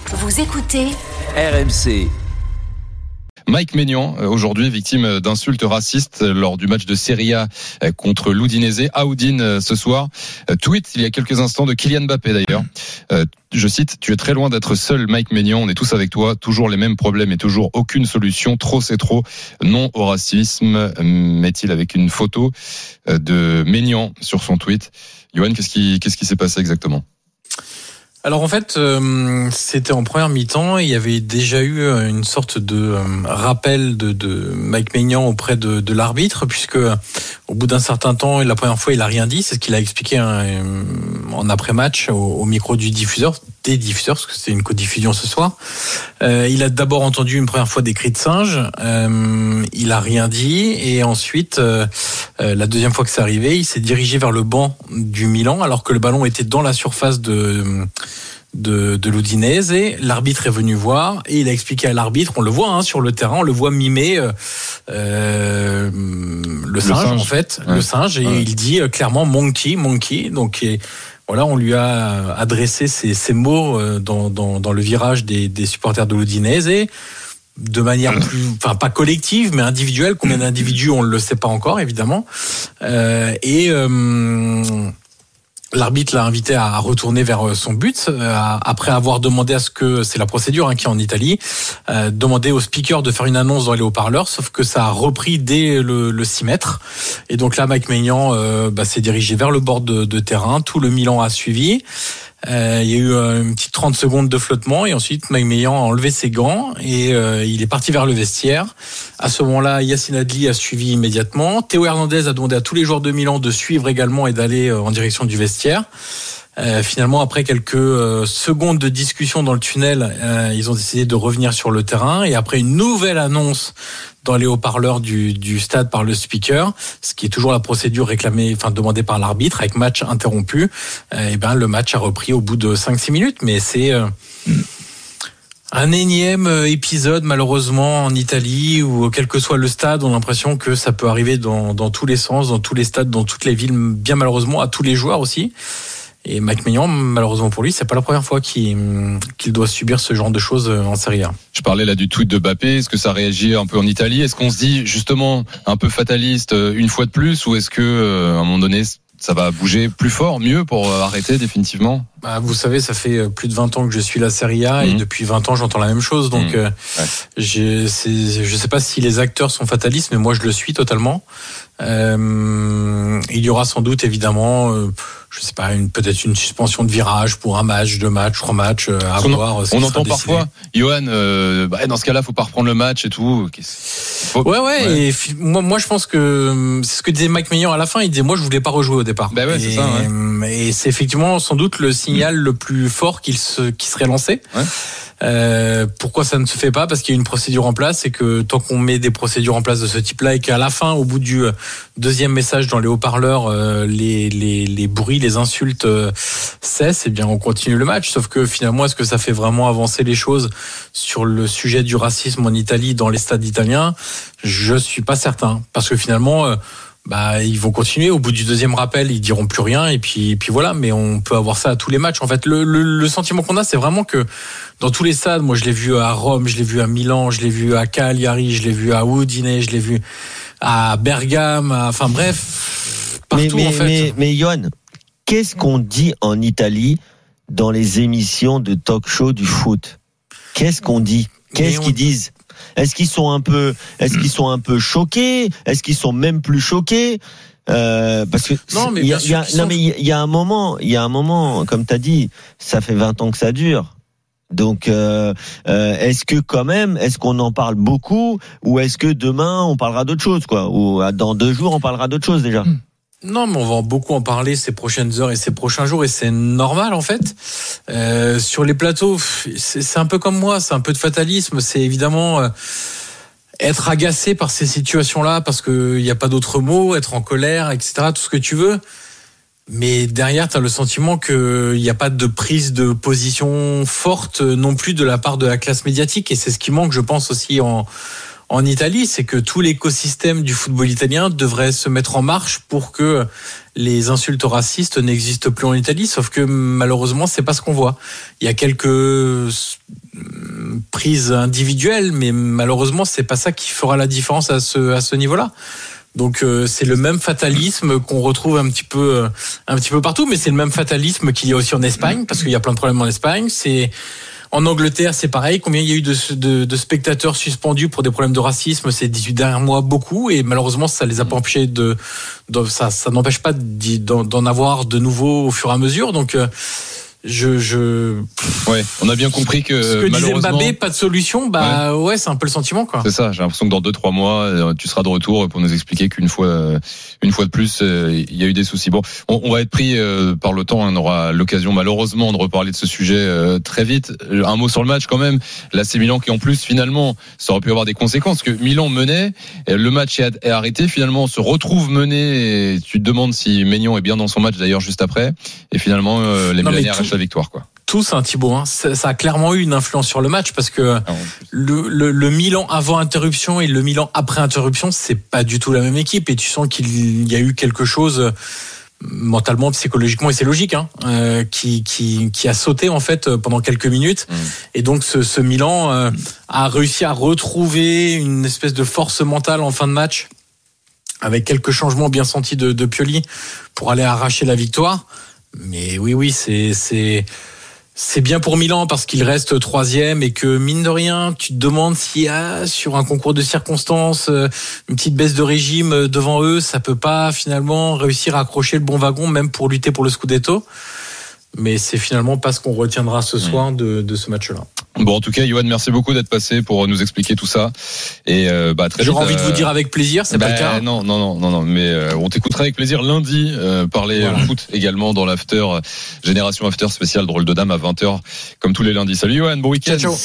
Vous écoutez RMC. Mike Maignan, aujourd'hui victime d'insultes racistes lors du match de Serie A contre l'Udinese à Udine ce soir. Tweet il y a quelques instants de Kylian Mbappé d'ailleurs. Je cite: tu es très loin d'être seul, Mike Maignan, on est tous avec toi, toujours les mêmes problèmes et toujours aucune solution, trop c'est trop, non au racisme, met-il avec une photo de Maignan sur son tweet. Yoann, qu'est-ce qui s'est passé exactement? Alors en fait, c'était en première mi-temps et il y avait déjà eu une sorte de rappel de Mike Maignan auprès de l'arbitre, puisque au bout d'un certain temps, la première fois, il a rien dit. C'est ce qu'il a expliqué en après-match au micro des diffuseurs, parce que c'était une codiffusion ce soir. Il a d'abord entendu une première fois des cris de singe. Il a rien dit et ensuite, la deuxième fois que c'est arrivé, il s'est dirigé vers le banc du Milan alors que le ballon était dans la surface de l'Udinese. L'arbitre est venu voir et il a expliqué à l'arbitre, on le voit sur le terrain, on le voit mimer le singe en fait, ouais. Le singe, et ouais. Il dit clairement monkey, donc voilà, on lui a adressé ces mots dans le virage des supporters de l'Udinese, de manière pas collective, mais individuelle. Combien d'individus, on ne le sait pas encore, évidemment. L'arbitre l'a invité à retourner vers son but, après avoir demandé à ce que, c'est la procédure qui est en Italie, demander au speaker de faire une annonce dans les haut-parleurs, sauf que ça a repris dès le 6 mètres. Et donc là, Mike Maignan s'est dirigé vers le bord de terrain, tout le Milan a suivi. Il y a eu une petite 30 secondes de flottement et ensuite Mike Maignan a enlevé ses gants et il est parti vers le vestiaire. À ce moment-là, Yacine Adli a suivi immédiatement. Théo Hernandez a demandé à tous les joueurs de Milan de suivre également et d'aller en direction du vestiaire. Finalement, après quelques secondes de discussion dans le tunnel, ils ont décidé de revenir sur le terrain et après une nouvelle annonce dans les haut-parleurs du stade par le speaker, ce qui est toujours la procédure demandée par l'arbitre, avec match interrompu, le match a repris au bout de 5-6 minutes, mais c'est un énième épisode malheureusement en Italie où quel que soit le stade, on a l'impression que ça peut arriver dans tous les sens, dans tous les stades, dans toutes les villes, bien malheureusement à tous les joueurs aussi. Et Mike Maignan, malheureusement pour lui, c'est pas la première fois qu'il doit subir ce genre de choses en Serie A. Je parlais là du tweet de Mbappé. Est-ce que ça réagit un peu en Italie? Est-ce qu'on se dit justement un peu fataliste une fois de plus, ou est-ce que à un moment donné ça va bouger plus fort, mieux pour arrêter définitivement? Vous savez, ça fait plus de 20 ans que je suis la Serie A et depuis 20 ans j'entends la même chose. Donc je sais pas si les acteurs sont fatalistes, mais moi je le suis totalement. Il y aura sans doute évidemment je sais pas, peut-être une suspension de virage pour un match, 2 matchs, 3 matchs à voir. On entend parfois, Yoann, dans ce cas-là, faut pas reprendre le match et tout. Ouais. Et moi, je pense que c'est ce que disait Mike Maignan à la fin. Il disait, moi, je voulais pas rejouer au départ. C'est ça. Ouais. Et c'est effectivement sans doute le signal le plus fort qui serait lancé. Ouais. Pourquoi ça ne se fait pas? Parce qu'il y a une procédure en place et que tant qu'on met des procédures en place de ce type-là et qu'à la fin, au bout du deuxième message dans les haut-parleurs, les bruits, les insultes cessent, on continue le match. Sauf que finalement, est-ce que ça fait vraiment avancer les choses sur le sujet du racisme en Italie, dans les stades italiens? Je suis pas certain. Parce que finalement, ils vont continuer. Au bout du deuxième rappel, ils diront plus rien et puis voilà. Mais on peut avoir ça à tous les matchs. En fait, le sentiment qu'on a, c'est vraiment que dans tous les stades, moi je l'ai vu à Rome, je l'ai vu à Milan, je l'ai vu à Cagliari, je l'ai vu à Udine, je l'ai vu à Bergame, partout en fait. Mais Yoann, qu'est-ce qu'on dit en Italie dans les émissions de talk-show du foot? Qu'est-ce qu'on dit? Qu'est-ce qu'ils disent? Est-ce qu'ils sont un peu choqués? Est-ce qu'ils sont même plus choqués? Parce que il y a un moment, comme t'as dit, ça fait 20 ans que ça dure. Donc, est-ce qu'on en parle beaucoup, ou est-ce que demain on parlera d'autre chose, quoi? Ou dans 2 jours on parlera d'autre chose déjà? Non, mais on va beaucoup en parler ces prochaines heures et ces prochains jours, et c'est normal en fait. Sur les plateaux, c'est un peu comme moi, c'est un peu de fatalisme. C'est évidemment être agacé par ces situations-là parce qu'il n'y a pas d'autre mot, être en colère, etc., tout ce que tu veux. Mais derrière, tu as le sentiment qu'il n'y a pas de prise de position forte non plus de la part de la classe médiatique. Et c'est ce qui manque, je pense, aussi en Italie. C'est que tout l'écosystème du football italien devrait se mettre en marche pour que les insultes racistes n'existent plus en Italie. Sauf que malheureusement, c'est pas ce qu'on voit. Il y a quelques prise individuelle, mais malheureusement, c'est pas ça qui fera la différence à ce niveau-là. Donc c'est le même fatalisme qu'on retrouve un petit peu partout, mais c'est le même fatalisme qu'il y a aussi en Espagne, parce qu'il y a plein de problèmes en Espagne. En Angleterre, c'est pareil. Combien il y a eu de spectateurs suspendus pour des problèmes de racisme ces 18 derniers mois? Beaucoup. Et malheureusement, ça les a pas empêchés ça n'empêche pas d'en avoir de nouveau au fur et à mesure. Donc, Ouais, on a bien compris que ce que disait malheureusement Mbappé, pas de solution. Ouais, c'est un peu le sentiment, quoi. C'est ça. J'ai l'impression que dans 2-3 mois, tu seras de retour pour nous expliquer qu'une fois de plus, il y a eu des soucis. Bon, on va être pris par le temps. On aura l'occasion, malheureusement, de reparler de ce sujet très vite. Un mot sur le match, quand même. L'AC Milan qui, en plus, finalement, ça aurait pu avoir des conséquences. Que Milan menait, le match est arrêté. Finalement, on se retrouve mené. Et tu te demandes si Maignan est bien dans son match, d'ailleurs, juste après. Et finalement, les Milanais arrachent la victoire, quoi. Tous, Thibaut, ça a clairement eu une influence sur le match, parce que le Milan avant interruption et le Milan après interruption, c'est pas du tout la même équipe, et tu sens qu'il y a eu quelque chose mentalement, psychologiquement, et c'est logique, qui a sauté en fait pendant quelques minutes. Et donc ce Milan a réussi à retrouver une espèce de force mentale en fin de match, avec quelques changements bien sentis de Pioli pour aller arracher la victoire. Mais oui, c'est bien pour Milan parce qu'il reste 3e, et que mine de rien, tu te demandes s'il y a sur un concours de circonstances une petite baisse de régime devant eux, ça peut pas finalement réussir à accrocher le bon wagon même pour lutter pour le Scudetto. Mais c'est finalement pas ce qu'on retiendra ce soir de ce match-là. Bon, en tout cas, Yoann, merci beaucoup d'être passé pour nous expliquer tout ça. Et très vite. J'aurais envie de vous dire avec plaisir, c'est pas le cas. Non, mais on t'écoutera avec plaisir lundi parler foot également dans l'after Génération After spécial drôle de dame à 20h comme tous les lundis. Salut Yoann, bon week-end. Ciao.